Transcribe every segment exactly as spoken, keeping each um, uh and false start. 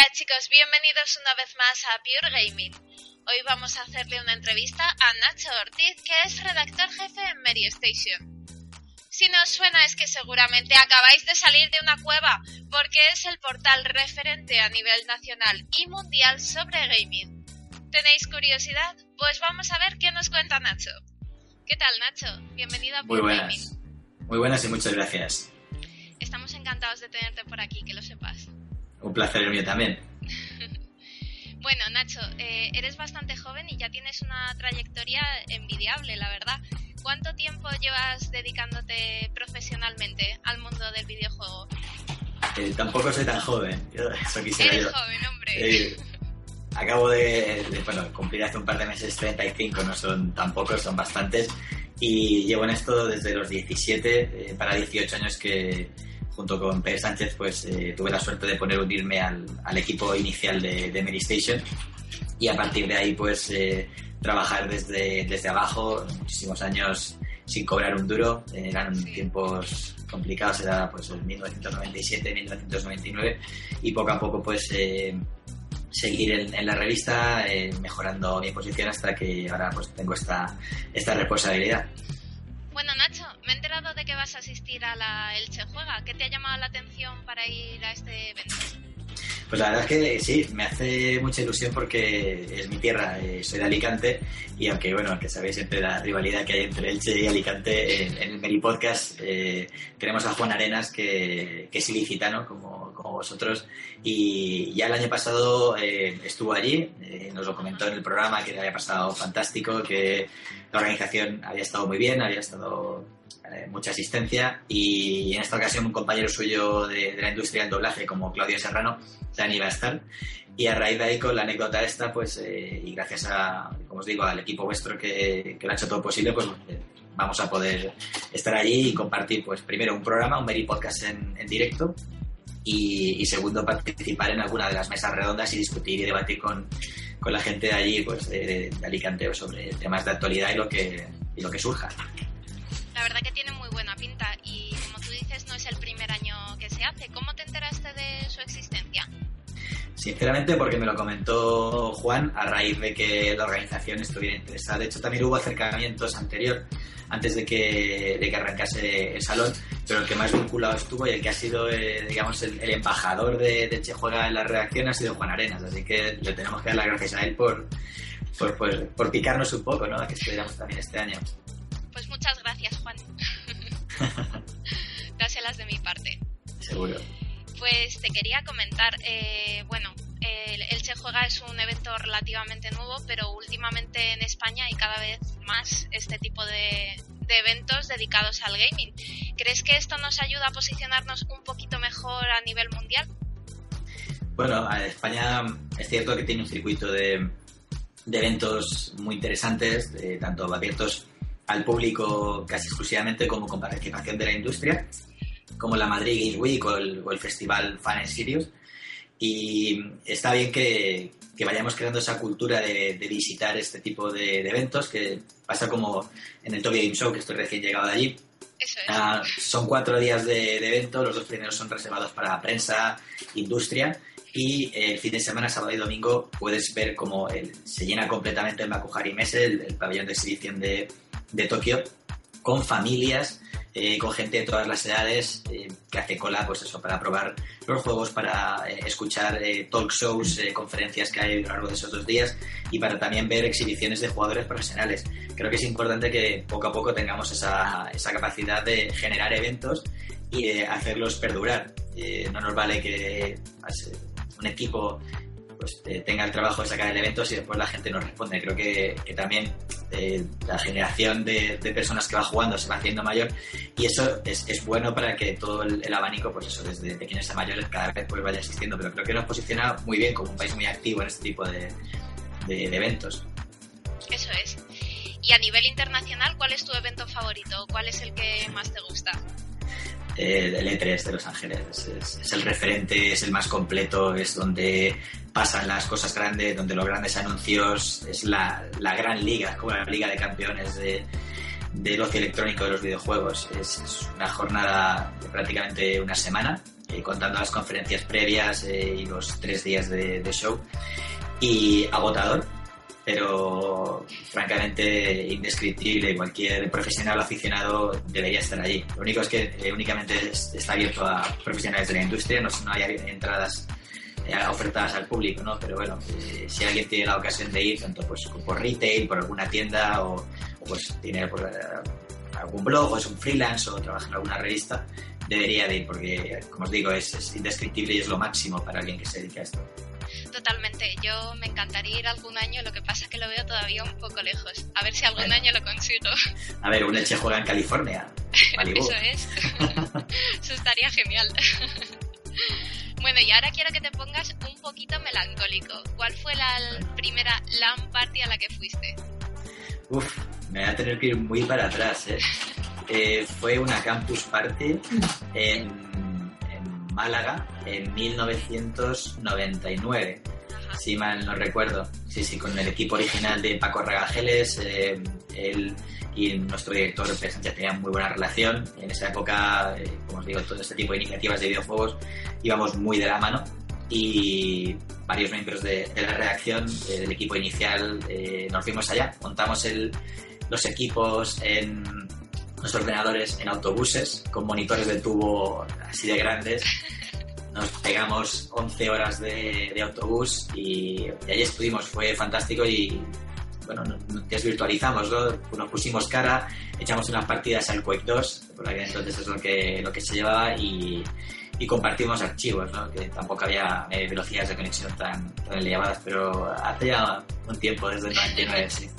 Hola chicos, bienvenidos una vez más a Pure Gaming. Hoy vamos a hacerle una entrevista a Nacho Ortiz, que es redactor jefe en MediStation. Si no os suena es que seguramente acabáis de salir de una cueva, porque es el portal referente a nivel nacional y mundial sobre gaming. ¿Tenéis curiosidad? Pues vamos a ver qué nos cuenta Nacho. ¿Qué tal, Nacho? Bienvenido a Pure Muy Gaming. buenas. Muy buenas y muchas gracias. Estamos encantados de tenerte por aquí, que lo sepas. Un placer el mío también. Bueno, Nacho, eh, eres bastante joven y ya tienes una trayectoria envidiable, la verdad. ¿Cuánto tiempo llevas dedicándote profesionalmente al mundo del videojuego? Eh, tampoco soy tan joven. Yo, eso quisiera Eres yo. joven, hombre. Eh, acabo de, de bueno, cumplir hace un par de meses treinta y cinco, no son tan pocos, son bastantes. Y llevo en esto desde los diecisiete, eh, para dieciocho años que, junto con Pedro Sánchez, pues eh, tuve la suerte de poder unirme al, al equipo inicial de, de MediStation y a partir de ahí pues eh, trabajar desde, desde abajo, muchísimos años sin cobrar un duro. Eh, eran Sí. tiempos complicados, era pues en mil novecientos noventa y siete, mil novecientos noventa y nueve y poco a poco pues eh, seguir en, en la revista, eh, mejorando mi posición hasta que ahora pues tengo esta, esta responsabilidad. Bueno, Nacho, me he enterado de que vas a asistir a la Elche Juega. ¿Qué te ha llamado la atención para ir a este evento? Pues la verdad es que sí, me hace mucha ilusión porque es mi tierra, eh, soy de Alicante y aunque bueno, que sabéis siempre la rivalidad que hay entre Elche y Alicante, en, en el Meri Podcast eh, tenemos a Juan Arenas que, que es ilicitano como, como vosotros y ya el año pasado eh, estuvo allí, eh, nos lo comentó en el programa que le había pasado fantástico, que la organización había estado muy bien, había estado eh, mucha asistencia y en esta ocasión un compañero suyo de, de la industria del doblaje como Claudio Serrano también iba a estar y a raíz de ahí con la anécdota esta pues eh, y gracias a, como os digo, al equipo vuestro que, que lo ha hecho todo posible, pues eh, vamos a poder estar allí y compartir pues primero un programa, un Meri Podcast en, en directo y, y segundo participar en alguna de las mesas redondas y discutir y debatir con, con la gente de allí pues de, de Alicante sobre temas de actualidad y lo que, y lo que surja. La verdad que tiene muy buena pinta y, como tú dices, no es el primer año que se hace. ¿Cómo te enteraste de su existencia? Sinceramente porque me lo comentó Juan a raíz de que la organización estuviera interesada. De hecho también hubo acercamientos anterior, antes de que, de que arrancase el salón, pero el que más vinculado estuvo y el que ha sido eh, digamos el, el embajador de, de Elche Juega en la redacción ha sido Juan Arenas, así que le tenemos que dar las gracias a él por, por, por, por picarnos un poco, ¿no? A que estuviéramos también este año. Pues muchas gracias, Juan. Dáselas de mi parte. Seguro. Pues te quería comentar, eh, bueno, el Elche Juega es un evento relativamente nuevo, pero últimamente en España hay cada vez más este tipo de, de eventos dedicados al gaming. ¿Crees que esto nos ayuda a posicionarnos un poquito mejor a nivel mundial? Bueno, España es cierto que tiene un circuito de, de eventos muy interesantes, eh, tanto abiertos al público casi exclusivamente como con participación de la industria, como la Madrid Games Week o el, o el festival Fan and Serious. Y está bien que, que vayamos creando esa cultura de, de visitar este tipo de, de eventos, que pasa como en el Tokyo Game Show, que estoy recién llegado de allí. Eso es. Ah, son cuatro días de, de evento, los dos primeros son reservados para prensa, industria, y el fin de semana, sábado y domingo, puedes ver cómo el, se llena completamente el Makuhari Messe, el, el pabellón de exhibición de, de Tokio, con familias, eh, con gente de todas las edades eh, que hace cola pues eso, para probar los juegos, para eh, escuchar eh, talk shows, eh, conferencias que hay a lo largo de esos dos días y para también ver exhibiciones de jugadores profesionales. Creo que es importante que poco a poco tengamos esa, esa capacidad de generar eventos y de hacerlos perdurar. Eh, no nos vale que pues, un equipo pues eh, tenga el trabajo de sacar el evento si después la gente no responde. Creo que, que también eh, la generación de, de personas que va jugando se va haciendo mayor y eso es, es bueno para que todo el, el abanico, pues eso, desde pequeños a mayores cada vez pues vaya existiendo, pero creo que nos posiciona muy bien como un país muy activo en este tipo de, de, de eventos. Eso es. Y a nivel internacional, ¿cuál es tu evento favorito? ¿Cuál es el que más te gusta? Eh, el E tres de Los Ángeles es, es, es el referente, es el más completo, es donde pasan las cosas grandes, donde los grandes anuncios, es la, la gran liga, como la liga de campeones de, del ocio electrónico de los videojuegos. Es, es una jornada de prácticamente una semana eh, contando las conferencias previas eh, y los tres días de, de show. Y agotador, pero francamente indescriptible. Cualquier profesional o aficionado debería estar allí. Lo único es que eh, únicamente es, está abierto a profesionales de la industria, no, no hay entradas eh, ofertadas al público, ¿no? Pero bueno, eh, si alguien tiene la ocasión de ir, tanto pues por retail, por alguna tienda o, o pues tiene por, uh, algún blog o es un freelance o trabaja en alguna revista, debería de ir porque, como os digo, es, es indescriptible y es lo máximo para alguien que se dedique a esto. Totalmente, yo me encantaría ir algún año, lo que pasa es que lo veo todavía un poco lejos. A ver si algún bueno. año lo consigo. A ver, un Elche juega en California. Malibu. Eso es. Eso estaría genial. Bueno, y ahora quiero que te pongas un poquito melancólico. ¿Cuál fue la primera LAN party a la que fuiste? Uf, me voy a tener que ir muy para atrás, ¿eh? eh fue una campus party en Málaga en mil novecientos noventa y nueve, Ajá. si mal no recuerdo. Sí, sí, con el equipo original de Paco Regageles, eh, él y nuestro director pues, ya tenían muy buena relación. En esa época, eh, como os digo, todo este tipo de iniciativas de videojuegos íbamos muy de la mano y varios miembros de, de la redacción, eh, del equipo inicial, eh, nos fuimos allá, montamos el, los equipos en los ordenadores en autobuses con monitores de tubo así de grandes. Nos pegamos once horas de, de autobús y, y ahí estuvimos, fue fantástico y bueno, nos desvirtualizamos, ¿no? Nos pusimos cara, echamos unas partidas al Quake dos, por aquel entonces es lo que, lo que se llevaba y, y compartimos archivos, ¿no? Que tampoco había eh, velocidades de conexión tan, tan elevadas, pero hace ya un tiempo, desde el noventa y nueve, sí.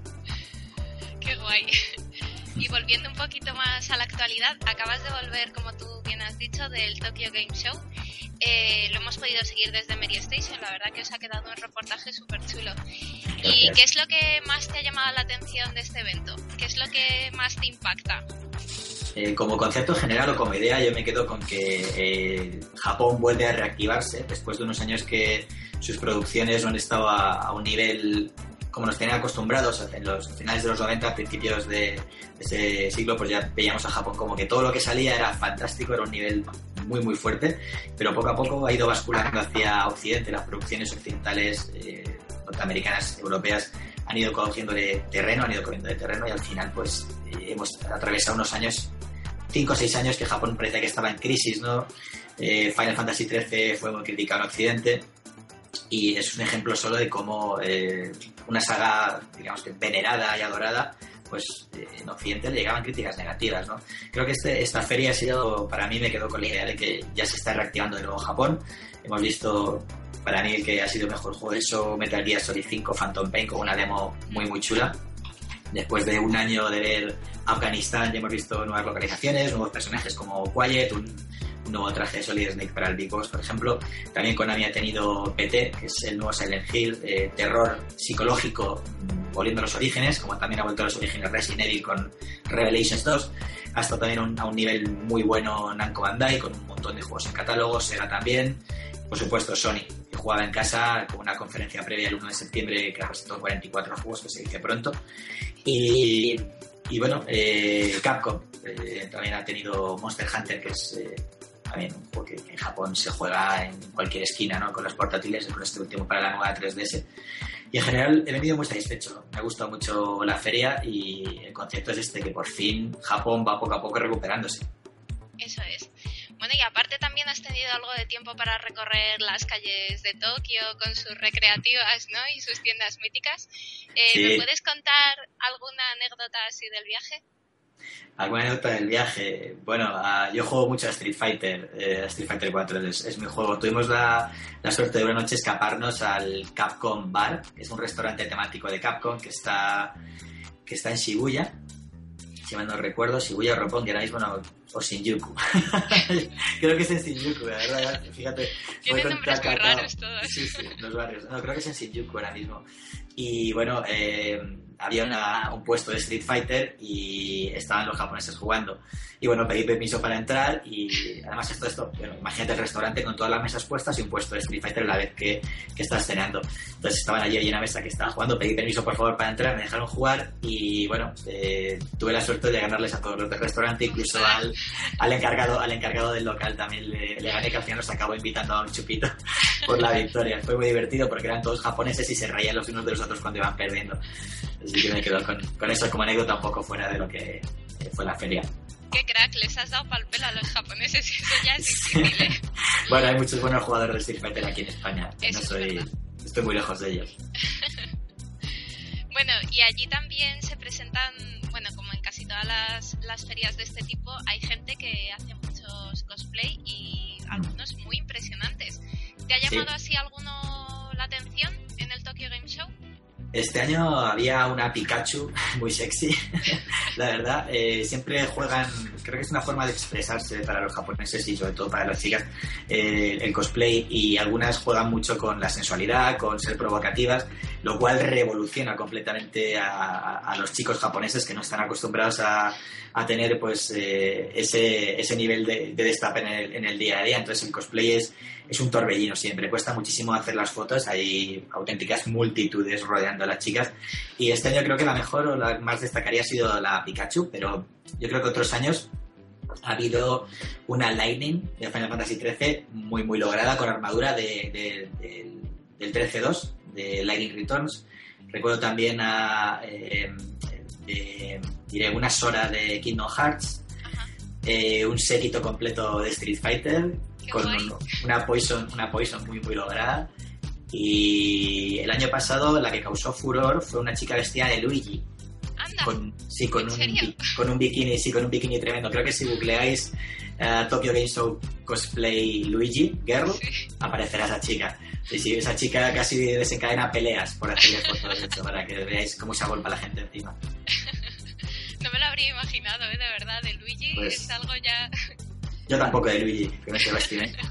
Qué guay. Y volviendo un poquito más a la actualidad, acabas de volver, como tú bien has dicho, del Tokyo Game Show. Eh, lo hemos podido seguir desde Media Station, la verdad que os ha quedado un reportaje súper chulo. ¿Y qué es lo que más te ha llamado la atención de este evento? ¿Qué es lo que más te impacta? Eh, como concepto general o como idea, yo me quedo con que eh, Japón vuelve a reactivarse después de unos años que sus producciones no han estado a, a un nivel como nos tenían acostumbrados en los finales de los noventa, principios de ese siglo, pues ya veíamos a Japón como que todo lo que salía era fantástico, era un nivel muy muy fuerte, pero poco a poco ha ido basculando hacia Occidente. Las producciones occidentales, eh, norteamericanas, europeas, han ido cogiéndole terreno, han ido cogiendo de terreno y al final pues eh, hemos atravesado unos años, cinco o seis años que Japón parecía que estaba en crisis, ¿no? Eh, Final Fantasy trece fue muy criticado en Occidente. Y es un ejemplo solo de cómo eh, una saga, digamos que venerada y adorada, pues eh, en Occidente le llegaban críticas negativas, ¿no? Creo que este, esta feria ha sido, para mí me quedo con la idea de que ya se está reactivando de nuevo Japón. Hemos visto, para mí, el que ha sido el mejor juego de eso, Metal Gear Solid cinco Phantom Pain, con una demo muy muy chula. Después de un año de ver Afganistán, ya hemos visto nuevas localizaciones, nuevos personajes como Quiet, un un nuevo traje de Solid Snake para el Big Boss, por ejemplo. También Konami ha tenido P T, que es el nuevo Silent Hill, eh, terror psicológico, mmm, volviendo a los orígenes, como también ha vuelto a los orígenes Resident Evil con Revelations dos. Ha estado también un, a un nivel muy bueno Namco Bandai, con un montón de juegos en catálogo, Sega también. Por supuesto, Sony, que jugaba en casa con una conferencia previa el uno de septiembre que ha presentado cuarenta y cuatro juegos, que se dice pronto. Y, y bueno, eh, Capcom eh, también ha tenido Monster Hunter, que es eh, también un juego que, que en Japón se juega en cualquier esquina, ¿no? Con los portátiles, con este último para la nueva tres D S. Y en general he venido muy satisfecho. Me ha gustado mucho la feria y el concepto es este, que por fin Japón va poco a poco recuperándose. Eso es. Bueno, y aparte también has tenido algo de tiempo para recorrer las calles de Tokio con sus recreativas, ¿no? Y sus tiendas míticas. Eh, sí. ¿Me puedes contar alguna anécdota así del viaje? ¿Alguna anécdota del viaje? Bueno, uh, yo juego mucho a Street Fighter, eh, Street Fighter cuatro es, es mi juego. Tuvimos la, la suerte de una noche escaparnos al Capcom Bar, que es un restaurante temático de Capcom que está, que está en Shibuya. Si mal no recuerdo, Shibuya o Roppongi, que ahora mismo no, o Shinjuku. Creo que es en Shinjuku, la verdad, fíjate. Tienen nombres muy raros todos. Sí, sí, los barrios. No, creo que es en Shinjuku ahora mismo. Y bueno, eh, había una, un puesto de Street Fighter y estaban los japoneses jugando. Y bueno, pedí permiso para entrar y además esto, esto, bueno, imagínate el restaurante con todas las mesas puestas y un puesto de Street Fighter a la vez que, que estás cenando. Entonces estaban allí en una mesa que estaba jugando, pedí permiso por favor para entrar, me dejaron jugar y bueno, eh, tuve la suerte de ganarles a todos los del restaurante, incluso al, al encargado al encargado del local también le, le gané, que al final nos acabó invitando a un chupito por la victoria. Fue muy divertido porque eran todos japoneses y se reían los unos de los otros cuando iban perdiendo. Así que me quedo con, con eso como anécdota un poco fuera de lo que fue la feria. Qué crack, les has dado pal pelo a los japoneses y eso ya es difícil, ¿eh? Bueno, hay muchos buenos jugadores de Street Fighter aquí en España. Eso no soy, es estoy muy lejos de ellos. Bueno, y allí también se presentan, bueno, como en casi todas las, las ferias de este tipo, hay gente que hace muchos cosplay y algunos muy impresionantes. ¿Te ha llamado sí. así alguno la atención en el Tokyo Game Show? Este año había una Pikachu muy sexy, la verdad. Eh, siempre juegan, creo que es una forma de expresarse para los japoneses y sobre todo para las chicas, eh, el cosplay, y algunas juegan mucho con la sensualidad, con ser provocativas, lo cual revoluciona completamente a, a los chicos japoneses que no están acostumbrados a, a tener pues eh, ese, ese nivel de, de destape en el, en el día a día. Entonces el cosplay es, es un torbellino siempre, cuesta muchísimo hacer las fotos, hay auténticas multitudes rodeando a las chicas y este año creo que la mejor o la más destacaría ha sido la Pikachu, pero yo creo que otros años ha habido una Lightning de Final Fantasy trece muy muy lograda con armadura de, de, de, del trece dos, de Lightning Returns. Recuerdo también a eh, de, diré una Sora de Kingdom Hearts, eh, un séquito completo de Street Fighter con un, una Poison una Poison muy muy lograda. Y el año pasado la que causó furor fue una chica vestida de Luigi. Anda, con, sí, con ¿en un, serio? con un bikini, sí, con un bikini tremendo. Creo que si googleáis uh, Tokyo Game Show cosplay Luigi Girl, sí. aparecerá esa chica. Sí, sí, esa chica casi desencadena peleas por hacerle fotos, de hecho, para que veáis cómo se agolpa la gente encima. No me lo habría imaginado, ¿eh? De verdad, de Luigi pues, es algo ya... Yo tampoco de Luigi, que me se vestir, ¿eh?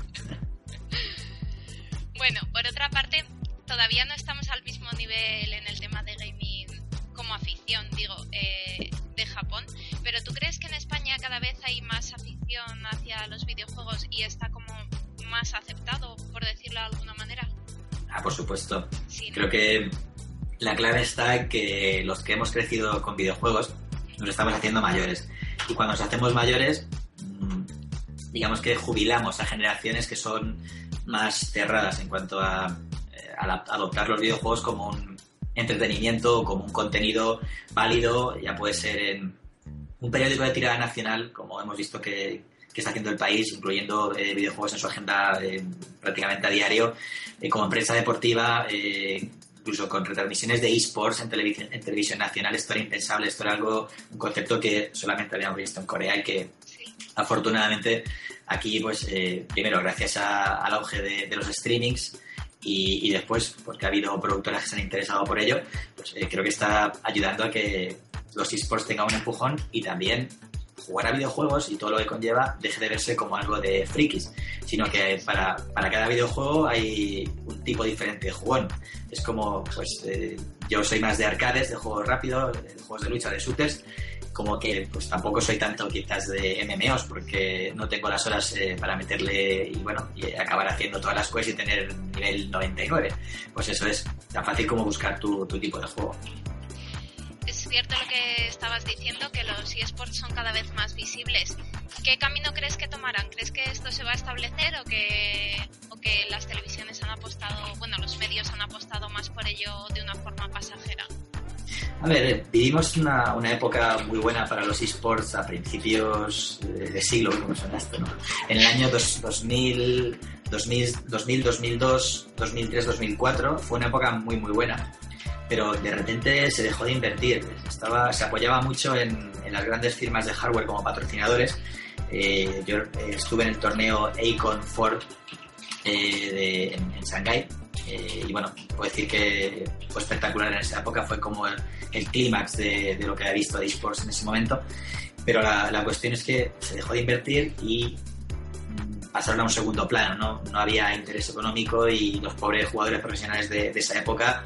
Bueno, por otra parte, todavía no estamos al mismo nivel en el tema de gaming como afición, digo, eh, de Japón, pero ¿tú crees que en España cada vez hay más afición hacia los videojuegos y está como más aceptado, por decirlo de alguna manera? Ah, por supuesto. Sí, ¿no? Creo que la clave está en que los que hemos crecido con videojuegos nos estamos haciendo mayores. Y cuando nos hacemos mayores, digamos que jubilamos a generaciones que son más cerradas en cuanto a, a adoptar los videojuegos como un entretenimiento, como un contenido válido, ya puede ser en un periódico de tirada nacional, como hemos visto que, que está haciendo El País, incluyendo eh, videojuegos en su agenda eh, prácticamente a diario, eh, como empresa deportiva, eh, incluso con retransmisiones de eSports en televisión, en televisión nacional. Esto era impensable, esto era algo, un concepto que solamente habíamos visto en Corea y que afortunadamente aquí, pues eh, primero gracias a, al auge de, de los streamings y, y después porque ha habido productoras que se han interesado por ello, pues eh, creo que está ayudando a que los eSports tengan un empujón y también jugar a videojuegos y todo lo que conlleva deje de verse como algo de frikis, sino que para, para cada videojuego hay un tipo diferente de jugón. Es como, pues eh, yo soy más de arcades, de juegos rápidos, de juegos de lucha, de shooters, como que pues tampoco soy tanto quizás de M M Os porque no tengo las horas eh, para meterle y bueno, y acabar haciendo todas las quests y tener nivel noventa y nueve. Pues eso es tan fácil como buscar tu, tu tipo de juego. Es cierto lo que estabas diciendo, que los eSports son cada vez más visibles. ¿Qué camino crees que tomarán? ¿Crees que esto se va a establecer o que, o que las televisiones han apostado, bueno, los medios han apostado más por ello de una forma pasajera? A ver, vivimos una, una época muy buena para los eSports a principios de siglo, como suena esto, ¿no? En el año dos, dos mil, dos mil, dos mil, dos mil dos, dos mil tres, dos mil cuatro fue una época muy muy buena, pero de repente se dejó de invertir. Estaba, se apoyaba mucho en, en las grandes firmas de hardware como patrocinadores. Eh, yo eh, estuve en el torneo Acon Ford eh, de, en, en Shanghái. Eh, y bueno, puedo decir que fue espectacular en esa época, fue como el, el clímax de, de lo que había visto de eSports en ese momento, pero la, la cuestión es que se dejó de invertir y pasaron a un segundo plano, ¿no? No había interés económico y los pobres jugadores profesionales de, de esa época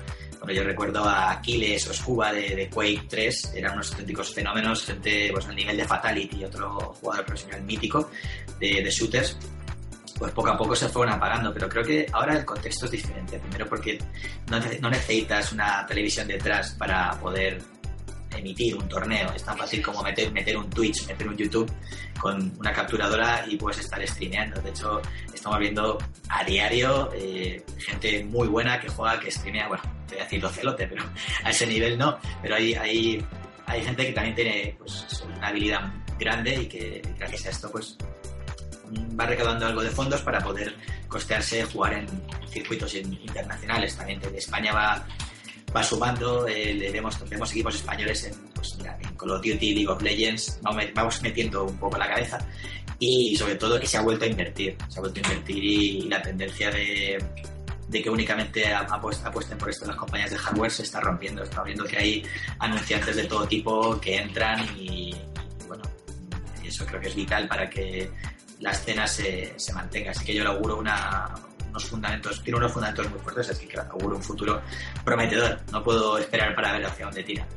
Bueno, yo recuerdo a Aquiles o Scuba de, de Quake tres, eran unos auténticos fenómenos, gente pues al nivel de Fatality, otro jugador profesional mítico de, de shooters. Pues poco a poco se fueron apagando, pero creo que ahora el contexto es diferente. Primero porque no, no necesitas una televisión detrás para poder emitir un torneo. Es tan fácil como meter, meter un Twitch, meter un YouTube con una capturadora y puedes estar streameando. De hecho, estamos viendo a diario eh, gente muy buena que juega, que streamea, bueno, te voy a decir docelote, pero a ese nivel no. Pero hay, hay, hay gente que también tiene pues, una habilidad grande y que gracias a esto pues va recaudando algo de fondos para poder costearse jugar en circuitos internacionales. También de España va, va sumando, eh, vemos, vemos equipos españoles en, pues, mira, en Call of Duty, League of Legends, vamos metiendo un poco la cabeza y sobre todo que se ha vuelto a invertir, se ha vuelto a invertir y, y la tendencia de, de que únicamente apuesten por esto las compañías de hardware se está rompiendo. Está viendo que hay anunciantes de todo tipo que entran y, y bueno, y eso creo que es vital para que la escena se, se mantenga, así que yo le auguro una, unos fundamentos, tiene unos fundamentos muy fuertes, así que le auguro un futuro prometedor. No puedo esperar para ver hacia dónde tira.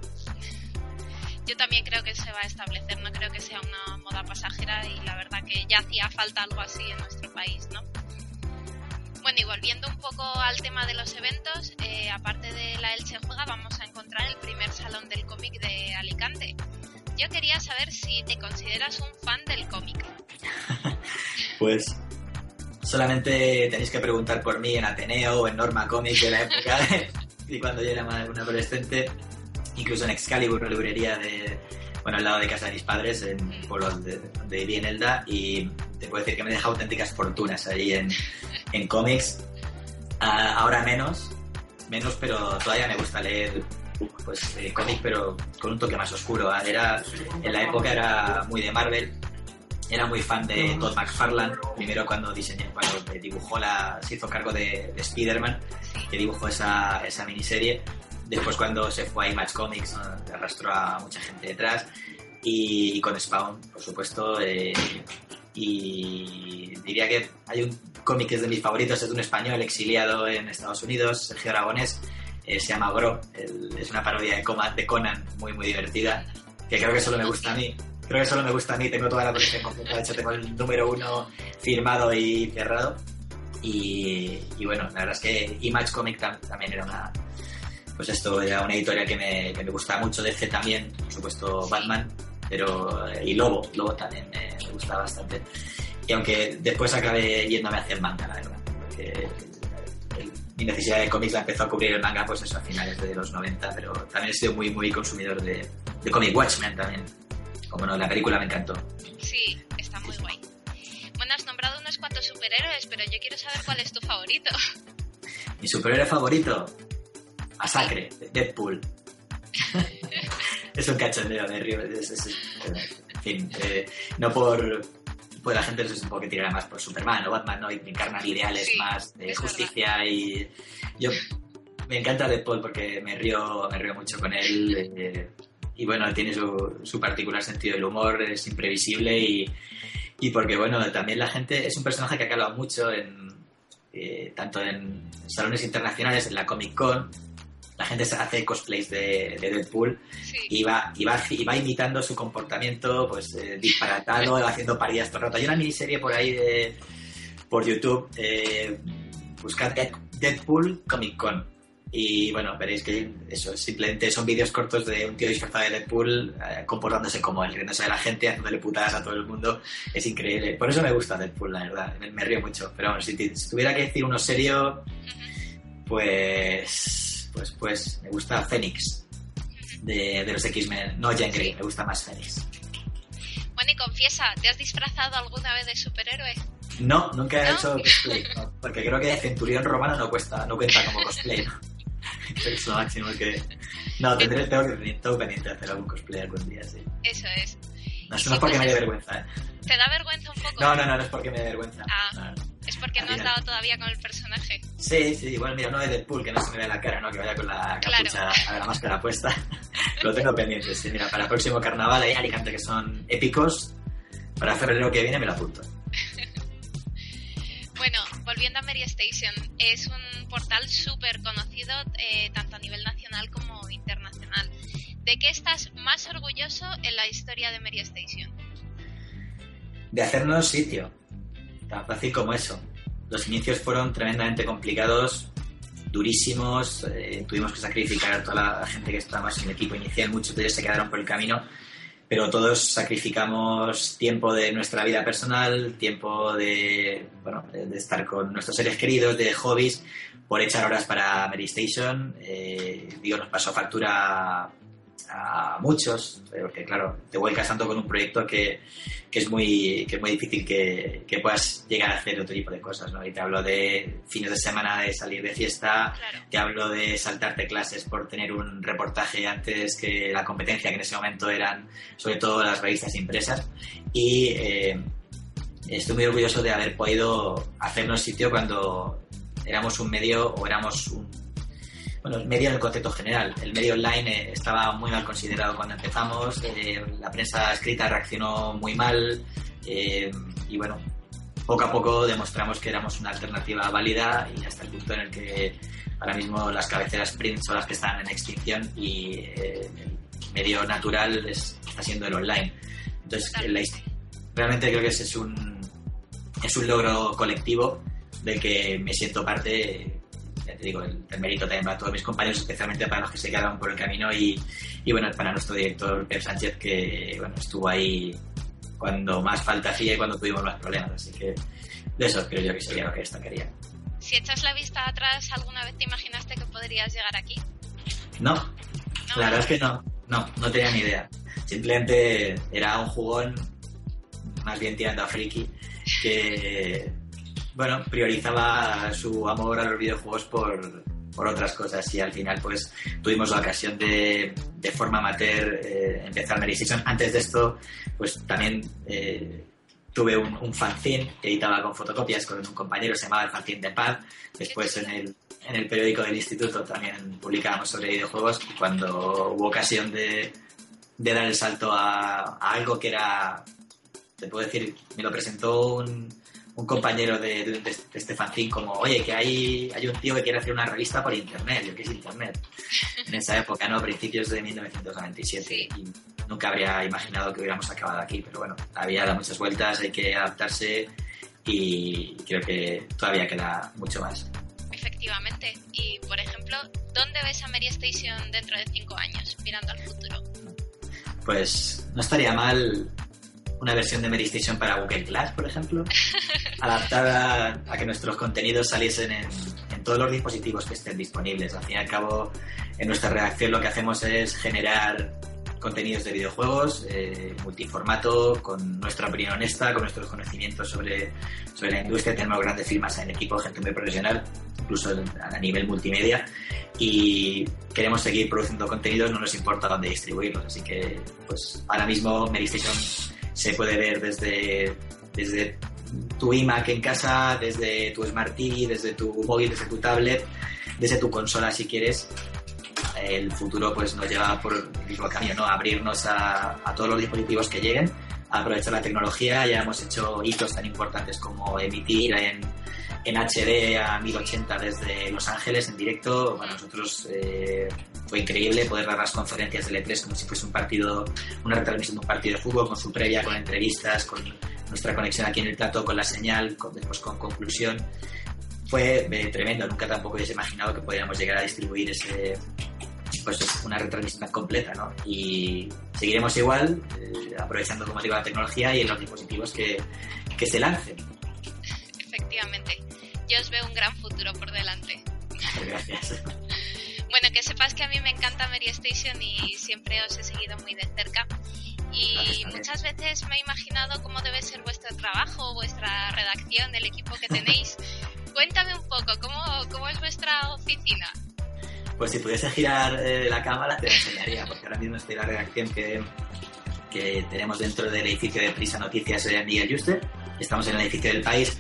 Yo también creo que se va a establecer, no creo que sea una moda pasajera y la verdad que ya hacía falta algo así en nuestro país, ¿no? Bueno, y volviendo un poco al tema de los eventos, eh, aparte de la Elche Juega, vamos a encontrar el primer salón del cómic de Alicante. Yo quería saber si te consideras un fan del cómic. Pues solamente tenéis que preguntar por mí en Ateneo o en Norma Comics de la época y cuando yo era un adolescente, incluso en Excalibur, una librería de, bueno, al lado de casa de mis padres, en pueblos de, de viví en Elda, y te puedo decir que me he dejado auténticas fortunas ahí en, en cómics. Uh, ahora menos, menos, pero todavía me gusta leer pues eh, cómic, pero con un toque más oscuro. Era, en la época era muy de Marvel. Era muy fan de Todd McFarlane, primero cuando diseñó, cuando dibujó la, se hizo cargo de, de Spider-Man, que dibujó esa, esa miniserie. Después cuando se fue a Image Comics, ¿no? Arrastró a mucha gente detrás. Y, y con Spawn, por supuesto. Eh, y diría que hay un cómic que es de mis favoritos, es de un español exiliado en Estados Unidos, Sergio Aragonés, eh, se llama Gro. El, es una parodia de, Coma, de Conan, muy muy divertida, que creo que solo me gusta a mí. Creo que solo me gusta a mí, tengo toda la colección completa, de hecho tengo el número uno firmado y cerrado. Y, y bueno, la verdad es que Image Comic tam, también era una, pues esto era una editorial que me, que me gustaba mucho. D C también, por supuesto Batman, pero y Lobo, Lobo también me, me gustaba bastante. Y aunque después acabé yéndome hacia el manga, la verdad, porque el, mi necesidad de cómics la empezó a cubrir el manga, pues eso, a finales de los noventa, pero también he sido muy, muy consumidor de, de cómic. Watchmen también. Como no, la película me encantó. Sí, está muy guay. Bueno, has nombrado unos cuantos superhéroes, pero yo quiero saber cuál es tu favorito. Mi superhéroe favorito, Masacre, Deadpool. Es un cachondeo, me río. Es, es, es, en fin, eh, no por... Pues la gente es un poco que tirará más por Superman o Batman, ¿no? Y encarnan ideales sí, más de justicia verdad. Y yo me encanta Deadpool porque me río, me río mucho con él. Eh, Y bueno, tiene su, su particular sentido del humor, es imprevisible y, y porque, bueno, también la gente... Es un personaje que ha calado mucho en eh, tanto en salones internacionales, en la Comic Con. La gente se hace cosplays de, de Deadpool sí. y, va, y, va, y va imitando su comportamiento pues eh, disparatado, haciendo paridas todo el rato. Hay una miniserie por ahí de, por YouTube, eh, buscad Deadpool Comic Con. Y bueno, veréis que eso simplemente son vídeos cortos de un tío disfrazado de Deadpool eh, comportándose como él, riéndose de la gente, haciéndole putadas a todo el mundo. Es increíble. Por eso me gusta Deadpool, la verdad. Me, me río mucho. Pero bueno, si, si tuviera que decir uno serio, pues pues pues me gusta Fénix de, de los X-Men. No Jean Grey, me gusta más Fénix. Bueno, y confiesa, ¿te has disfrazado alguna vez de superhéroe? No, nunca he ¿No? hecho cosplay, no, porque creo que Centurión Romano no cuesta, no cuenta como cosplay, ¿no? Es lo máximo que... No, tendré, tengo, que, tengo pendiente de hacer algún cosplay algún día, sí. Eso es. No, eso no es porque me dé vergüenza, ¿eh? ¿Te da vergüenza un poco? No, no, no, no es porque me dé vergüenza. Ah, no, no. Es porque no has dado todavía con el personaje. Sí, sí, bueno, mira, uno de Deadpool, que no se me ve la cara, ¿no? Que vaya con la capucha, claro. A la máscara puesta. Lo tengo pendiente, sí. Mira, para el próximo carnaval hay Alicante que son épicos. Para febrero que viene me lo apunto. Bueno, volviendo a Mary Station, es un un portal súper conocido eh, tanto a nivel nacional como internacional. ¿De qué estás más orgulloso en la historia de MediaStation? De hacernos sitio, tan fácil como eso. Los inicios fueron tremendamente complicados, durísimos, eh, tuvimos que sacrificar a toda la gente que estábamos en el equipo inicial, muchos de ellos se quedaron por el camino, pero todos sacrificamos tiempo de nuestra vida personal, tiempo de, bueno, de, de estar con nuestros seres queridos, de hobbies, por echar horas para MediaStation. Eh, digo, nos pasó factura a muchos, porque claro, te vuelcas tanto con un proyecto que, que es muy que es muy difícil que, que puedas llegar a hacer otro tipo de cosas, ¿no? Y te hablo de fines de semana de salir de fiesta, claro. Te hablo de saltarte clases por tener un reportaje antes que la competencia, que en ese momento eran sobre todo las revistas impresas, y eh, estoy muy orgulloso de haber podido hacernos sitio cuando éramos un medio o éramos un Bueno, el medio en el concepto general. El medio online eh, estaba muy mal considerado cuando empezamos, eh, la prensa escrita reaccionó muy mal eh, y bueno, poco a poco demostramos que éramos una alternativa válida y hasta el punto en el que ahora mismo las cabeceras print son las que están en extinción y eh, el medio natural es, está siendo el online. Entonces, la, realmente creo que ese es un, es un logro colectivo del que me siento parte. Te digo, el, el mérito también para todos mis compañeros, especialmente para los que se quedaron por el camino y, y bueno, para nuestro director Pep Sánchez, que bueno, estuvo ahí cuando más falta hacía y cuando tuvimos más problemas, así que de eso creo yo que sería lo que destacaría. Si echas la vista atrás, ¿alguna vez te imaginaste que podrías llegar aquí? No, no. La verdad es que no, no, no tenía ni idea. Simplemente era un jugón, más bien tirando a friki, que bueno, priorizaba su amor a los videojuegos por, por otras cosas y al final pues tuvimos la ocasión de, de forma amateur eh, empezar MediaStation. Antes de esto pues también eh, tuve un, un fanzine que editaba con fotocopias con un compañero, se llamaba el fanzine de Pad. Después en el, en el periódico del instituto también publicábamos sobre videojuegos y cuando hubo ocasión de, de dar el salto a, a algo que era, te puedo decir, me lo presentó un un compañero de, de, de este fanzine como, oye, que hay, hay un tío que quiere hacer una revista por internet. Yo, ¿qué es internet? En esa época, ¿no? Principios de mil novecientos noventa y siete. Sí. Y nunca habría imaginado que hubiéramos acabado aquí. Pero bueno, había dado muchas vueltas, hay que adaptarse y creo que todavía queda mucho más. Efectivamente. Y, por ejemplo, ¿dónde ves a MediaStation dentro de cinco años, mirando al futuro? Pues no estaría mal una versión de MediaStation para Google Glass, por ejemplo, adaptada a que nuestros contenidos saliesen en, en todos los dispositivos que estén disponibles. Al fin y al cabo, en nuestra redacción lo que hacemos es generar contenidos de videojuegos, eh, multiformato, con nuestra opinión honesta, con nuestros conocimientos sobre, sobre la industria. Tenemos grandes firmas en el equipo, gente muy profesional, incluso a nivel multimedia, y queremos seguir produciendo contenidos, no nos importa dónde distribuirlos. Así que, pues, ahora mismo MediaStation se puede ver desde, desde tu iMac en casa, desde tu Smart T V, desde tu móvil, desde tu tablet, desde tu consola si quieres. El futuro pues nos lleva por el mismo camino, ¿no? Abrirnos a, a todos los dispositivos que lleguen, a aprovechar la tecnología. Ya hemos hecho hitos tan importantes como emitir en, en H D a mil ochenta desde Los Ángeles en directo. Para nosotros eh, fue increíble poder dar las conferencias del E tres como si fuese un partido, una retransmisión de un partido de fútbol, con su previa, con entrevistas, con nuestra conexión aquí en el plató, con la señal, con, después con conclusión. Fue eh, tremendo, nunca tampoco hubiese imaginado que podíamos llegar a distribuir ese, pues una retransmisión completa, ¿no? Y seguiremos igual, eh, aprovechando, como digo, la tecnología y en los dispositivos que, que se lancen. Efectivamente, yo os veo un gran futuro por delante. Gracias. Bueno, que sepas que a mí me encanta MediaStation y siempre os he seguido muy de cerca. Y muchas veces me he imaginado cómo debe ser vuestro trabajo, vuestra redacción, el equipo que tenéis. Cuéntame un poco, ¿cómo, cómo es vuestra oficina? Pues si pudiese girar eh, la cámara te lo enseñaría, porque ahora mismo estoy en la redacción que, que tenemos dentro del edificio de Prisa Noticias de Miguel Yuste. Estamos en el edificio del País.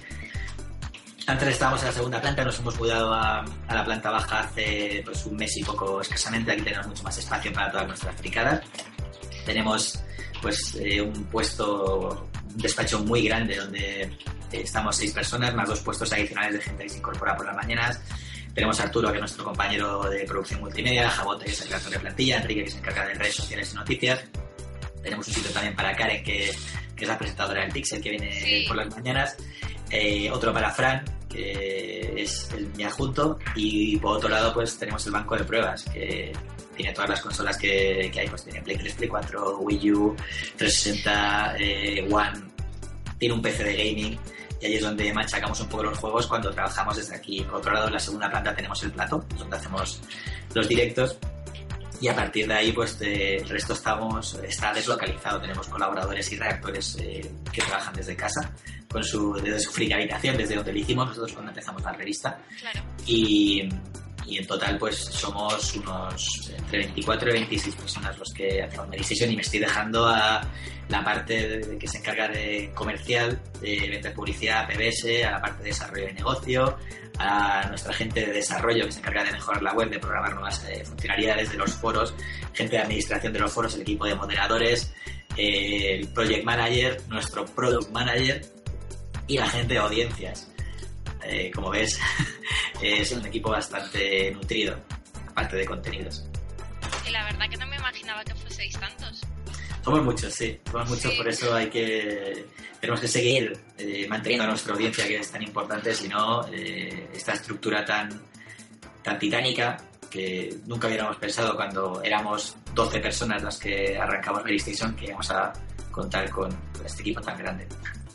Antes estábamos en la segunda planta, nos hemos mudado a, a la planta baja hace pues, un mes y poco escasamente. Aquí tenemos mucho más espacio para todas nuestras fricadas. Tenemos pues eh, un puesto, un despacho muy grande donde eh, estamos seis personas, más dos puestos adicionales de gente que se incorpora por las mañanas. Tenemos a Arturo, que es nuestro compañero de producción multimedia, Jabote, que es el creador de plantilla, Enrique, que se encarga de redes sociales y noticias. Tenemos un sitio también para Karen, que, que es la presentadora del Pixel, que viene sí. por las mañanas. Eh, otro para Fran, que es el mi adjunto. Y por otro lado, pues tenemos el banco de pruebas, que tiene todas las consolas que, que hay. Pues tiene Play tres, Play cuatro, Wii U, trescientos sesenta, eh, One. Tiene un P C de gaming. Y ahí es donde machacamos un poco los juegos cuando trabajamos desde aquí. Por otro lado, en la segunda planta tenemos el plató, donde hacemos los directos. Y a partir de ahí, pues de, el resto estamos está deslocalizado. Tenemos colaboradores y redactores eh, que trabajan desde casa, con su, desde su friki habitación, desde donde lo hicimos nosotros cuando empezamos la revista. Claro. Y, y en total, pues somos unos entre veinticuatro y veintiséis personas los que hacemos Medistation, y me estoy dejando a la parte de, de que se encarga de comercial, de venta de publicidad, P B S, a la parte de desarrollo de negocio, a nuestra gente de desarrollo que se encarga de mejorar la web, de programar nuevas eh, funcionalidades de los foros, gente de administración de los foros, el equipo de moderadores, eh, el project manager, nuestro product manager y la gente de audiencias. Eh, como ves, es un equipo bastante nutrido, aparte de contenidos. Y la verdad que no me imaginaba que fueseis tantos. Somos muchos, sí, somos muchos, sí. Por eso hay que tenemos que seguir eh, manteniendo a nuestra audiencia, que es tan importante, si no, eh, esta estructura tan, tan titánica que nunca hubiéramos pensado cuando éramos doce personas las que arrancamos Medistation, que íbamos a contar con este equipo tan grande.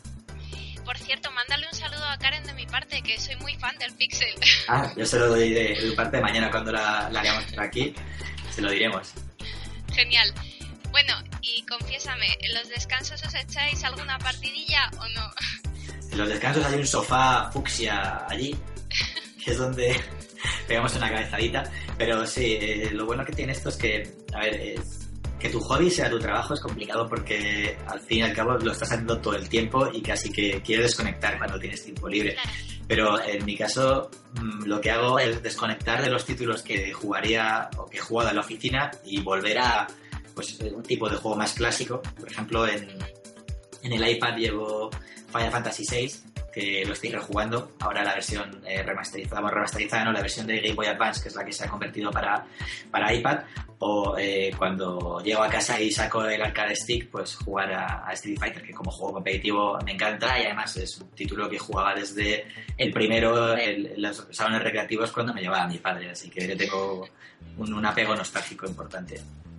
Por cierto, mándale un saludo a Karen de mi parte, que soy muy fan del Pixel. Ah, yo se lo doy de, de parte de mañana cuando la, la hagamos por aquí, se lo diremos. Genial. Bueno, y confiésame, ¿en los descansos os echáis alguna partidilla o no? En los descansos hay un sofá fucsia allí, que es donde pegamos una cabezadita, pero sí, eh, lo bueno que tiene esto es que, a ver, es, que tu hobby sea tu trabajo es complicado porque al fin y al cabo lo estás haciendo todo el tiempo y casi que quieres desconectar cuando tienes tiempo libre. Claro. Pero en mi caso mmm, lo que hago es desconectar de los títulos que jugaría o que he jugado en la oficina y volver a pues un tipo de juego más clásico. Por ejemplo, en, en el iPad llevo Final Fantasy seis, que lo estoy rejugando. Ahora la versión eh, remasterizada, bueno, remasterizada, no, la versión de Game Boy Advance, que es la que se ha convertido para, para iPad. O eh, cuando llego a casa y saco el arcade stick, pues jugar a, a Street Fighter, que como juego competitivo me encanta, y además es un título que jugaba desde el primero en los salones recreativos cuando me llevaba a mi padre, así que yo tengo un, un apego nostálgico importante.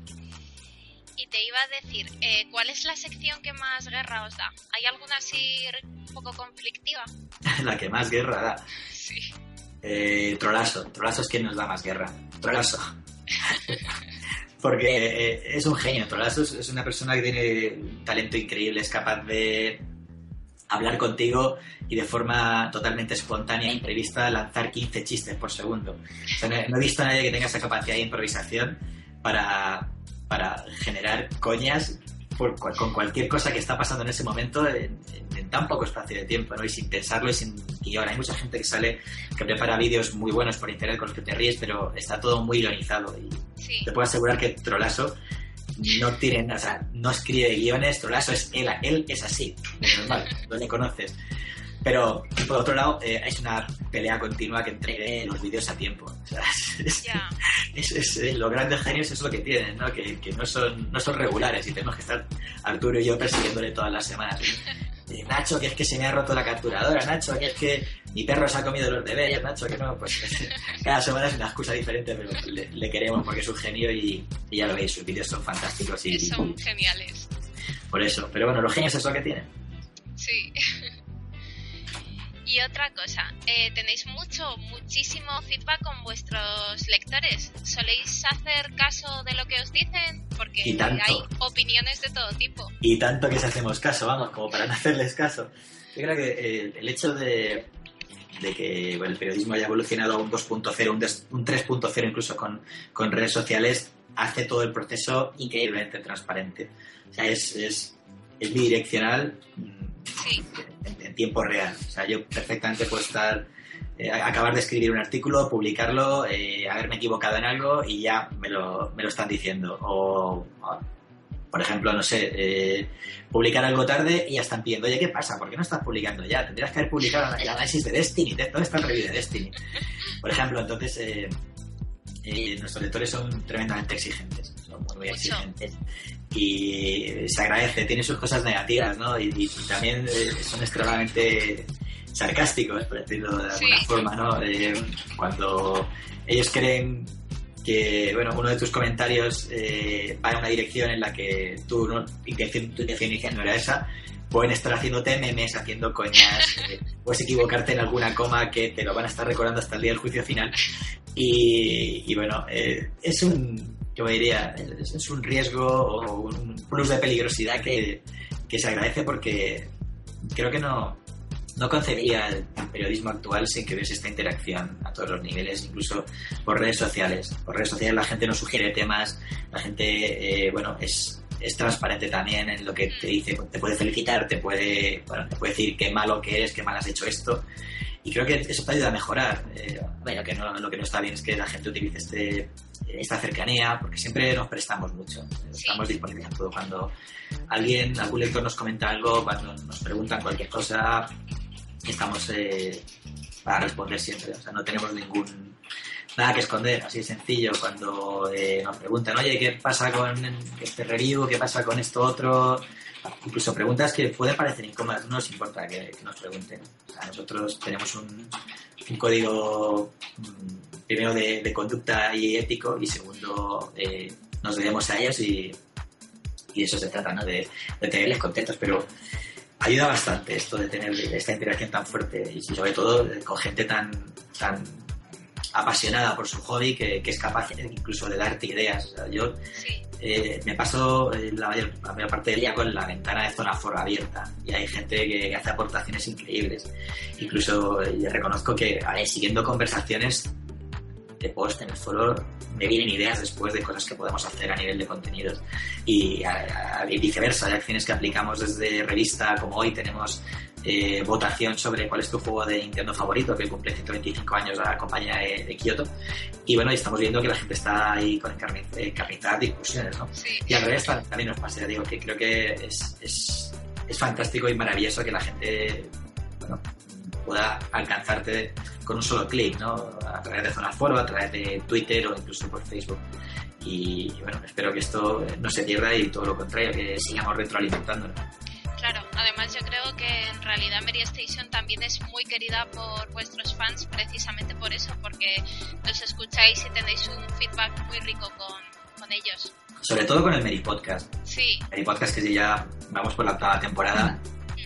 Y te iba a decir, eh, ¿cuál es la sección que más guerra os da? ¿Hay alguna así un poco conflictiva? La que más guerra da. Sí. Eh, Trolazo. Trolazo es quien nos da más guerra. Trolazo. Porque eh, es un genio. Trolazo es, es una persona que tiene un talento increíble, es capaz de hablar contigo y de forma totalmente espontánea e imprevista lanzar quince chistes por segundo. O sea, no, no he visto a nadie que tenga esa capacidad de improvisación para... para generar coñas por, con cualquier cosa que está pasando en ese momento en, en, en tan poco espacio de tiempo, ¿no? Y sin pensarlo y sin guión. Hay mucha gente que sale, que prepara vídeos muy buenos por internet con los que te ríes, pero está todo muy ironizado. Y sí. Te puedo asegurar que Trolazo no tiene, o sea, no escribe guiones. Trolazo es él, él es así, de normal, no le conoces. Pero, por otro lado, eh, es una pelea continua que entregue los vídeos a tiempo. O sea, es, yeah. es, es, es, los grandes genios es lo que tienen, ¿no? Que, que no, son, no son regulares y tenemos que estar Arturo y yo persiguiéndole todas las semanas. Eh, Nacho, que es que se me ha roto la capturadora. Nacho, que es que mi perro se ha comido los deberes. Nacho, que no, pues cada semana es una excusa diferente, pero le, le queremos porque es un genio y, y ya lo veis, sus vídeos son fantásticos. Y, son geniales. Por eso. Pero bueno, los genios es lo que tienen. Sí. Y otra cosa, eh, ¿tenéis mucho, muchísimo feedback con vuestros lectores? ¿Soléis hacer caso de lo que os dicen? Porque hay opiniones de todo tipo. Y tanto que si hacemos caso, vamos, como para no hacerles caso. Yo creo que eh, el hecho de, de que bueno, el periodismo haya evolucionado a un dos punto cero, un, des, un tres punto cero incluso con, con redes sociales, hace todo el proceso increíblemente transparente. O sea, es, es, es bidireccional. Sí. En, en tiempo real. O sea, yo perfectamente puedo estar eh, acabar de escribir un artículo, publicarlo, eh, haberme equivocado en algo y ya me lo, me lo están diciendo. O, o por ejemplo, no sé, eh, publicar algo tarde y ya están pidiendo, oye, ¿qué pasa? ¿Por qué no estás publicando ya? Tendrías que haber publicado el análisis de Destiny, ¿dónde está el review de Destiny? Por ejemplo, entonces, eh, eh, nuestros lectores son tremendamente exigentes, son muy, muy exigentes. Y se agradece, tiene sus cosas negativas, ¿no? Y, y también eh, son extremadamente sarcásticos, por decirlo de alguna sí. forma, ¿no? Eh, cuando ellos creen que, bueno, uno de tus comentarios eh, va en una dirección en la que tú, ¿no? intención, tu intención inicial no era esa, pueden estar haciéndote memes, haciendo coñas, eh, puedes equivocarte en alguna coma que te lo van a estar recordando hasta el día del juicio final. Y, y bueno, eh, es un, yo diría, es, es un riesgo o un plus de peligrosidad que, que se agradece, porque creo que no... No concebía el periodismo actual sin que hubiese esta interacción a todos los niveles, incluso por redes sociales. Por redes sociales la gente nos sugiere temas, la gente, eh, bueno, es, es transparente también en lo que te dice, te puede felicitar, te puede, bueno, te puede decir qué malo que eres, qué mal has hecho esto. Y creo que eso te ayuda a mejorar. Eh, bueno, que no, lo que no está bien es que la gente utilice este, esta cercanía, porque siempre nos prestamos mucho. Estamos disponibles a todo. Cuando alguien, algún lector nos comenta algo, cuando nos preguntan cualquier cosa, estamos eh, para responder siempre. O sea, no tenemos ningún nada que esconder, así de sencillo. Cuando eh, nos preguntan, oye, ¿qué pasa con este review? ¿Qué pasa con esto otro? Incluso preguntas que pueden parecer incómodas, no nos importa que, que nos pregunten. O sea, nosotros tenemos un, un código, primero de, de conducta y ético, y segundo, eh, nos debemos a ellos, y, y de eso se trata, ¿no? De, de tenerles contentos, pero ayuda bastante esto de tener esta interacción tan fuerte, y sobre todo con gente tan, tan apasionada por su hobby, que, que es capaz incluso de darte ideas. O sea, yo sí. eh, me paso la mayor, la mayor parte del día con la ventana de zona foro abierta, y hay gente que, que hace aportaciones increíbles. Incluso eh, reconozco que, a ver, siguiendo conversaciones de post en el foro, me vienen ideas después de cosas que podemos hacer a nivel de contenidos, y, a, a, y viceversa. Hay acciones que aplicamos desde revista, como hoy tenemos eh, votación sobre cuál es tu juego de Nintendo favorito, que cumple ciento veinticinco años la compañía de, de Kyoto, y bueno, y estamos viendo que la gente está ahí con encarnizadas discusiones, ¿no? Sí. Y al revés también nos pasa. Digo que creo que es, es, es fantástico y maravilloso que la gente, bueno, pueda alcanzarte con un solo clic, ¿no? A través de Zona Foro, a través de Twitter o incluso por Facebook. Y, y bueno, espero que esto no se pierda, y todo lo contrario, que sigamos retroalimentándonos. Claro, además yo creo que en realidad Mary Station también es muy querida por vuestros fans, precisamente por eso, porque los escucháis y tenéis un feedback muy rico con, con ellos. Sobre todo con el Mary Podcast. Sí. Mary Podcast, que si ya vamos por la octava temporada,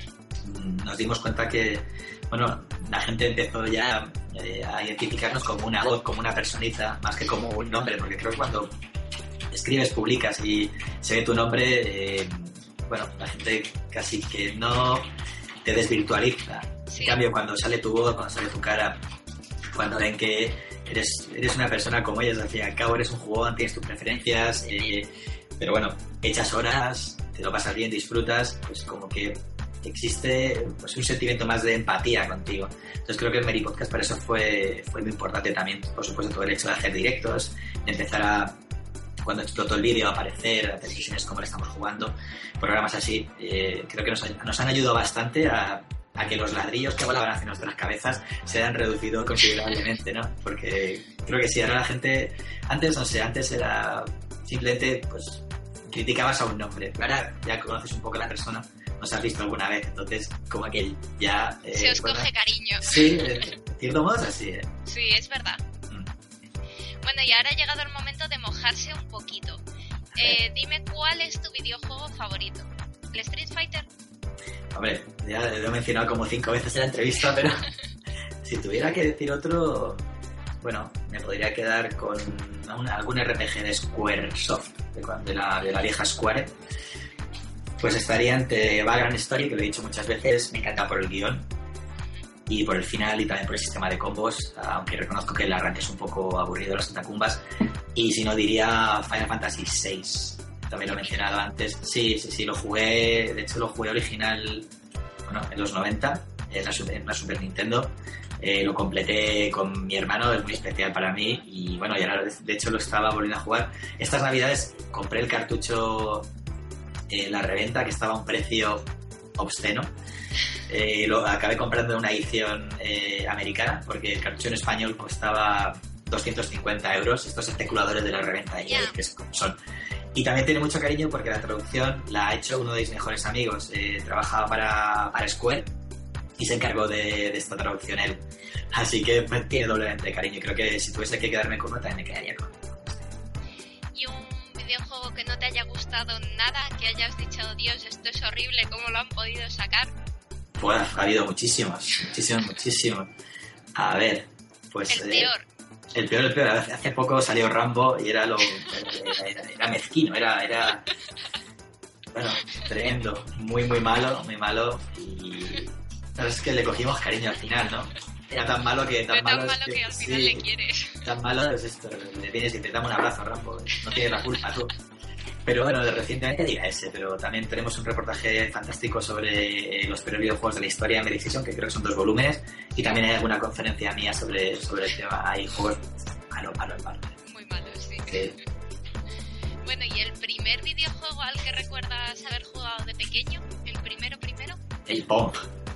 mm. nos dimos cuenta que, bueno, la gente empezó ya eh, a identificarnos como una voz, como una personita, más que como un nombre, porque creo que cuando escribes, publicas y se ve tu nombre, eh, bueno, la gente casi que no te desvirtualiza. Sí. En cambio, cuando sale tu voz, cuando sale tu cara, cuando ven que eres, eres una persona como ellos, al fin y al cabo eres un jugón, tienes tus preferencias, eh, pero bueno, echas horas, te lo pasas bien, disfrutas, pues como que existe pues un sentimiento más de empatía contigo. Entonces creo que el Mary Podcast para eso fue, fue muy importante también. Por supuesto, todo el hecho de hacer directos, de empezar a, cuando explotó el vídeo, a aparecer, a hacer sesiones como le estamos jugando, programas así, eh, creo que nos, nos han ayudado bastante a, a que los ladrillos que volaban hacia nuestras cabezas se hayan reducido considerablemente, ¿no? Porque creo que sí, ahora la gente, antes no sé, antes era simplemente, pues, criticabas a un nombre, ahora ya conoces un poco a la persona, nos has visto alguna vez, entonces como que ya... Eh, se os bueno, coge cariño. Sí, de cierto modo es así. ¿eh? Sí, es verdad. Mm. Bueno, y ahora ha llegado el momento de mojarse un poquito. Eh, dime cuál es tu videojuego favorito. ¿El Street Fighter? Hombre, ya lo he mencionado como cinco veces en la entrevista, pero si tuviera que decir otro, bueno, me podría quedar con un, algún R P G de Squaresoft, de, de, la, de la vieja Square. Pues estaría entre Vagrant Story, que lo he dicho muchas veces, me encanta por el guión y por el final, y también por el sistema de combos, aunque reconozco que el arranque es un poco aburrido de las catacumbas. Y si no, diría Final Fantasy seis, también lo he mencionado antes. Sí, sí, sí, lo jugué, de hecho lo jugué original, bueno, en los noventa, en la Super, en la Super Nintendo. Eh, lo completé con mi hermano, es muy especial para mí, y bueno, y ahora de hecho lo estaba volviendo a jugar. Estas navidades compré el cartucho eh, la reventa, que estaba a un precio obsceno. Eh, lo acabé comprando en una edición eh, americana, porque el cartucho en español costaba doscientos cincuenta euros, estos especuladores de la reventa, yeah. que es como son. Y también tiene mucho cariño porque la traducción la ha hecho uno de mis mejores amigos. Eh, trabajaba para, para Square y se encargó de, de esta traducción él. Así que pues, tiene doblemente cariño. Creo que si tuviese que quedarme con uno, también me quedaría con uno. ¿Y un videojuego que no te haya gustado nada? Que hayas dicho, Dios, esto es horrible, ¿cómo lo han podido sacar? Pues ha habido muchísimos, muchísimos, muchísimos. A ver, pues... El eh, peor. El peor, el peor. Hace poco salió Rambo y era lo... Era, era, era mezquino, era... era bueno, tremendo. Muy, muy malo, muy malo. Y... Pero es que le cogimos cariño al final, ¿no? Era tan malo que... Tan, tan malo, malo que, que al final sí, le quieres. Tan malo es esto. Le tienes y te damos un abrazo, Rambo. No tienes la culpa tú. Pero bueno, recientemente dirá ese, pero también tenemos un reportaje fantástico sobre los peores videojuegos de la historia en Meditation, que creo que son dos volúmenes, y también hay alguna conferencia mía sobre, sobre el tema. Hay juegos malo, malo, malo. Muy malos, sí. sí. Bueno, ¿y el primer videojuego al que recuerdas haber jugado de pequeño? ¿El primero, primero? El Pong.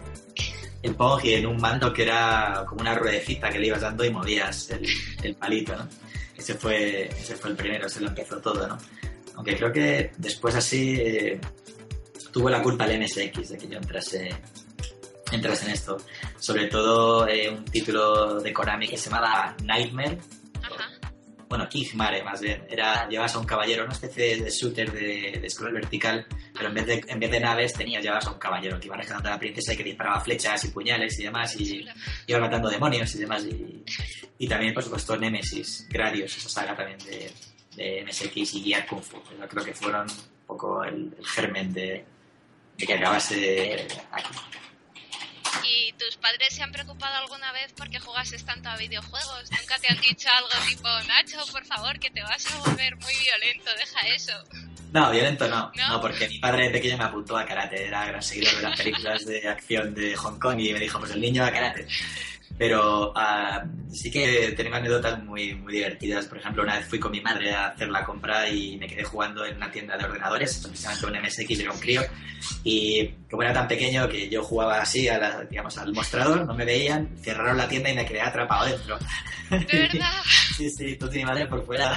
El Pong, y en un mando que era como una ruedecita que le ibas dando y movías el, el palito, ¿no? Ese fue, ese fue el primero, se lo empezó todo, ¿no? Aunque creo que después así eh, tuvo la culpa el M S X de que yo entrase, entrase en esto. Sobre todo eh, un título de Konami que se llamaba Nightmare. Ajá. Bueno, Kingmare más bien. Era, llevabas a un caballero, una especie de shooter de, de scroll vertical, pero en vez de, en vez de naves tenías, llevabas a un caballero que iba rescatando a la princesa y que disparaba flechas y puñales y demás, y iba matando demonios y demás. Y, y también, por supuesto, Nemesis, Gradius, esa saga también de... de M S X y Gear Kung Fu. Yo creo que fueron un poco el, el germen de, de que acabase aquí. ¿Y tus padres se han preocupado alguna vez porque jugases tanto a videojuegos? ¿Nunca te han dicho algo tipo, Nacho, por favor, que te vas a volver muy violento, deja eso? No, violento no, no, no, porque mi padre de pequeño me apuntó a karate, era gran seguidor de las películas de acción de Hong Kong y me dijo, pues el niño va a karate. Pero uh, sí que tengo anécdotas muy, muy divertidas. Por ejemplo, una vez fui con mi madre a hacer la compra y me quedé jugando en una tienda de ordenadores, precisamente un M S X, era un crío, y como era tan pequeño que yo jugaba así a la, digamos, al mostrador, no me veían, cerraron la tienda y me quedé atrapado dentro. ¿De verdad? Sí, sí, tú tienes mi madre por fuera,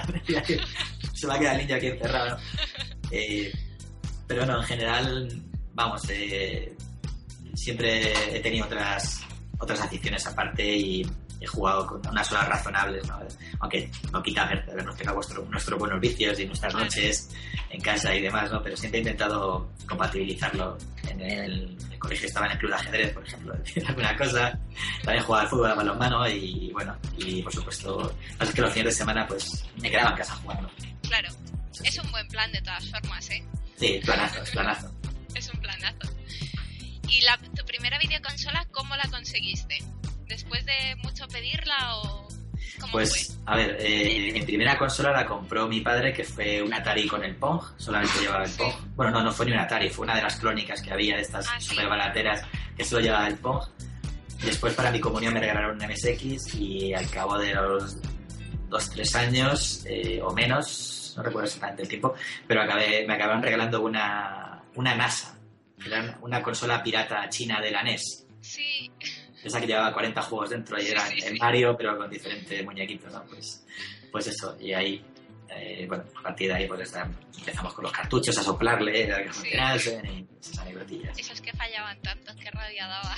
se va a quedar el niño aquí encerrado, ¿no? Eh, pero no, en general, vamos, eh, siempre he tenido otras... otras aficiones aparte y he jugado con unas horas razonables, ¿no? Aunque no quita habernos pegado nuestro, nuestros buenos vicios y nuestras noches en casa y demás, ¿no? Pero siempre he intentado compatibilizarlo. En el, el colegio estaba en el club de ajedrez, por ejemplo, alguna cosa. También jugaba al fútbol, al balonmano y bueno, y por supuesto, es que los fines de semana pues me quedaba en casa jugando. Claro, sí, es un buen plan de todas formas, ¿eh? Sí, planazo, es planazo. Es un planazo. ¿Y la, tu primera videoconsola cómo la conseguiste? ¿Después de mucho pedirla o cómo pues, fue? a ver, eh, mi primera consola la compró mi padre, que fue un Atari con el Pong, solamente llevaba el Pong. Bueno, no, no fue ni un Atari, fue una de las clónicas que había de estas ah, super barateras que solo llevaba el Pong. Después para mi comunión me regalaron un M S X y al cabo de los dos, tres años eh, o menos, no recuerdo exactamente el tiempo, pero acabé, me acabaron regalando una, una NASA. Era una consola pirata china de la N E S. Sí. Esa que llevaba cuarenta juegos dentro y era sí, sí, en Mario, pero con diferentes muñequitos, ¿no? Pues, pues eso, y ahí, eh, bueno, a partir de ahí pues empezamos con los cartuchos a soplarle, a que funcionasen y esas anecdotillas. Esos que fallaban tanto, que rabia daba.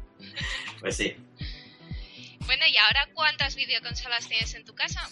Pues sí. Bueno, ¿y ahora cuántas videoconsolas tienes en tu casa?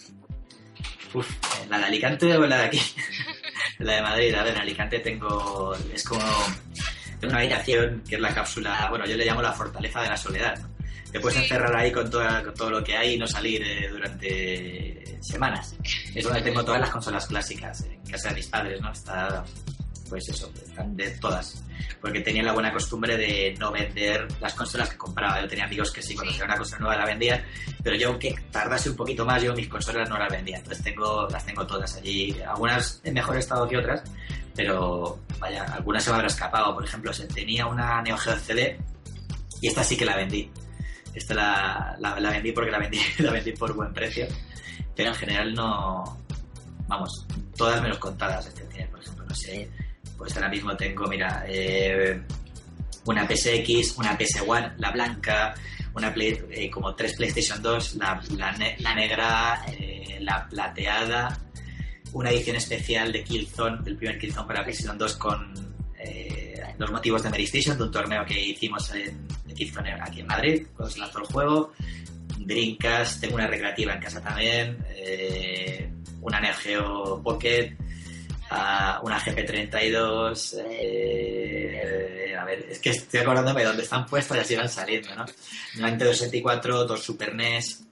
Uf, ¿la de Alicante o la de aquí? La de Madrid. A ver, en Alicante tengo... Es como... Tengo una habitación que es la cápsula... Bueno, yo le llamo la fortaleza de la soledad, ¿no? Te puedes sí. encerrar ahí con, toda, con todo lo que hay y no salir eh, durante semanas. Es donde tengo todas las consolas clásicas. En casa de mis padres, ¿no? Está... Pues eso, están de todas. Porque tenía la buena costumbre de no vender las consolas que compraba. Yo tenía amigos que sí, cuando hacía una consola nueva la vendían, pero yo, aunque tardase un poquito más, yo mis consolas no las vendía. Entonces tengo, las tengo todas allí. Algunas en mejor estado que otras, pero vaya, algunas se me habrá escapado. Por ejemplo, tenía una Neo Geo C D y esta sí que la vendí. Esta la, la, la vendí porque la vendí, la vendí por buen precio. Pero en general no... Vamos, todas menos contadas. Este tiene, por ejemplo, no sé... pues ahora mismo tengo, mira, eh, una P S X, una P S One, la blanca, una Play, eh, como tres PlayStation dos, la, la, ne- la negra, eh, la plateada, una edición especial de Killzone, del primer Killzone para PlayStation dos con eh, los motivos de Mary Station, de un torneo que hicimos en, de Killzone aquí en Madrid, cuando se lanzó el juego. Dreamcast, tengo una recreativa en casa también, eh, una Neo Geo Pocket, uh, una G P treinta y dos, eh, a ver, es que estoy acordándome de dónde están puestas y así van saliendo, ¿no? Una Nintendo sesenta y cuatro, dos Super N E S,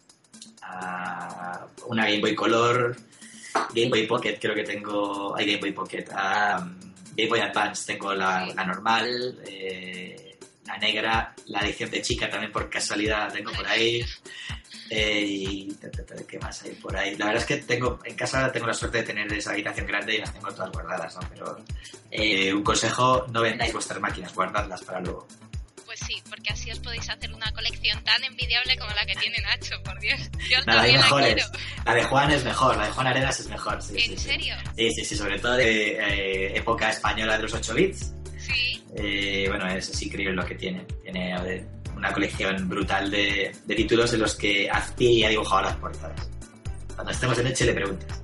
uh, una Game Boy Color, Game Boy Pocket, creo que tengo, hay Game Boy Pocket, uh, Game Boy Advance, tengo la, la normal, eh, la negra, la edición de chica también por casualidad tengo por ahí, eh, y ¿qué más hay por ahí? La verdad es que tengo en casa tengo la suerte de tener esa habitación grande y las tengo todas guardadas, ¿no? Pero eh, un consejo, no vendáis vuestras máquinas, guardadlas para luego. Pues sí, porque así os podéis hacer una colección tan envidiable como la que tiene Nacho, por Dios. Yo Nada, hay también la mejores. quiero. La de Juan es mejor, la de Juan Arenas es mejor. Sí, ¿En sí, serio? Sí, sí, sí, sobre todo de eh, época española de los ocho bits. Sí. Eh, bueno, es, es increíble lo que tiene. Tiene a ver, una colección brutal de, de títulos de los que Azpi ha dibujado las portadas. Cuando estemos en Elche le preguntas.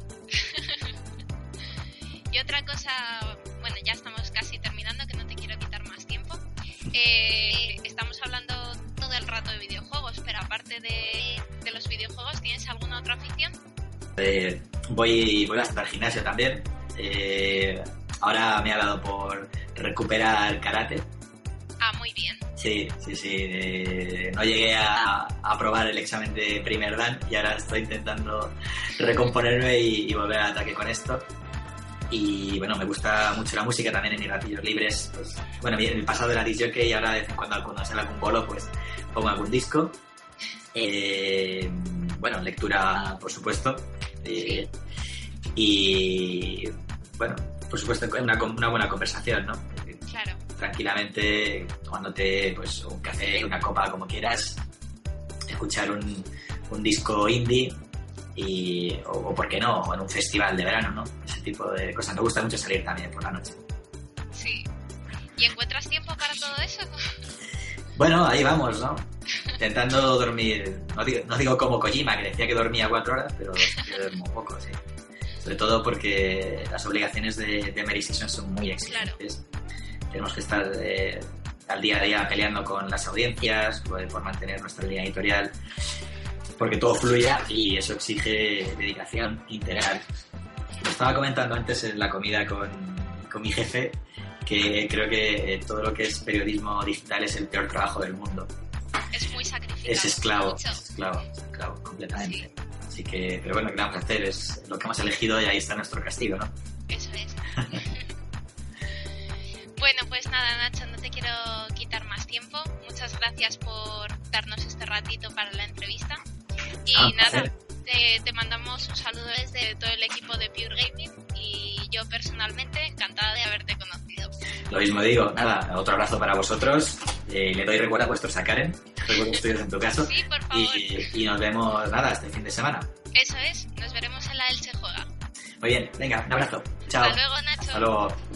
Y otra cosa, bueno, ya estamos casi terminando, que no te quiero quitar más tiempo. Eh, estamos hablando todo el rato de videojuegos, pero aparte de, de los videojuegos, ¿tienes alguna otra afición? Eh, voy, voy bastante al gimnasio también. Eh, ahora me ha dado por recuperar karate. Ah, muy bien. Sí, sí, sí. Eh, no llegué a, a aprobar el examen de primer dan y ahora estoy intentando recomponerme y, y volver al ataque con esto. Y bueno, me gusta mucho la música también en mis ratillos libres. Pues, bueno, en el pasado era disc jockey y ahora de vez en cuando, cuando sale algún bolo, pues pongo algún disco. Eh, bueno, lectura, por supuesto. Eh, y bueno, por supuesto, una, una buena conversación, ¿no? Claro. Tranquilamente, tomándote pues un café, una copa, como quieras, escuchar un, un disco indie. Y, o, o por qué no, o en un festival de verano, ¿no? Ese tipo de cosas. Me gusta mucho salir también por la noche. Sí. ¿Y encuentras tiempo para todo eso? Bueno, ahí vamos, ¿no? Intentando dormir, no digo, no digo como Kojima, que decía que dormía cuatro horas, pero yo duermo poco, sí. Sobre todo porque las obligaciones de, de Mary Station son muy exigentes. Claro. Tenemos que estar eh, al día a día peleando con las audiencias, por, por mantener nuestra línea editorial, porque todo fluya y eso exige dedicación integral. Lo estaba comentando antes en la comida con, con mi jefe, que creo que eh, todo lo que es periodismo digital es el peor trabajo del mundo. Es muy sacrificado. Es esclavo, mucho. es esclavo, es esclavo, completamente. Sí. Así que, pero bueno, ¿qué vamos a hacer? Es lo que hemos elegido y ahí está nuestro castigo, ¿no? Eso es. Bueno, pues nada, Nacho, no te quiero quitar más tiempo. Muchas gracias por darnos este ratito para la entrevista. Y ah, nada, te, te mandamos un saludo desde todo el equipo de Pure Gaming y yo personalmente encantada de haberte conocido. Lo mismo digo, nada, otro abrazo para vosotros. Eh, le doy recuerdo a vuestros Sakaren, recuerdos tuyos en tu caso. Sí, por favor. Y, y nos vemos, nada, este fin de semana. Eso es, nos veremos en la Elche Juega. Muy bien, venga, un abrazo. Chao. Hasta luego, Nacho. Hasta luego.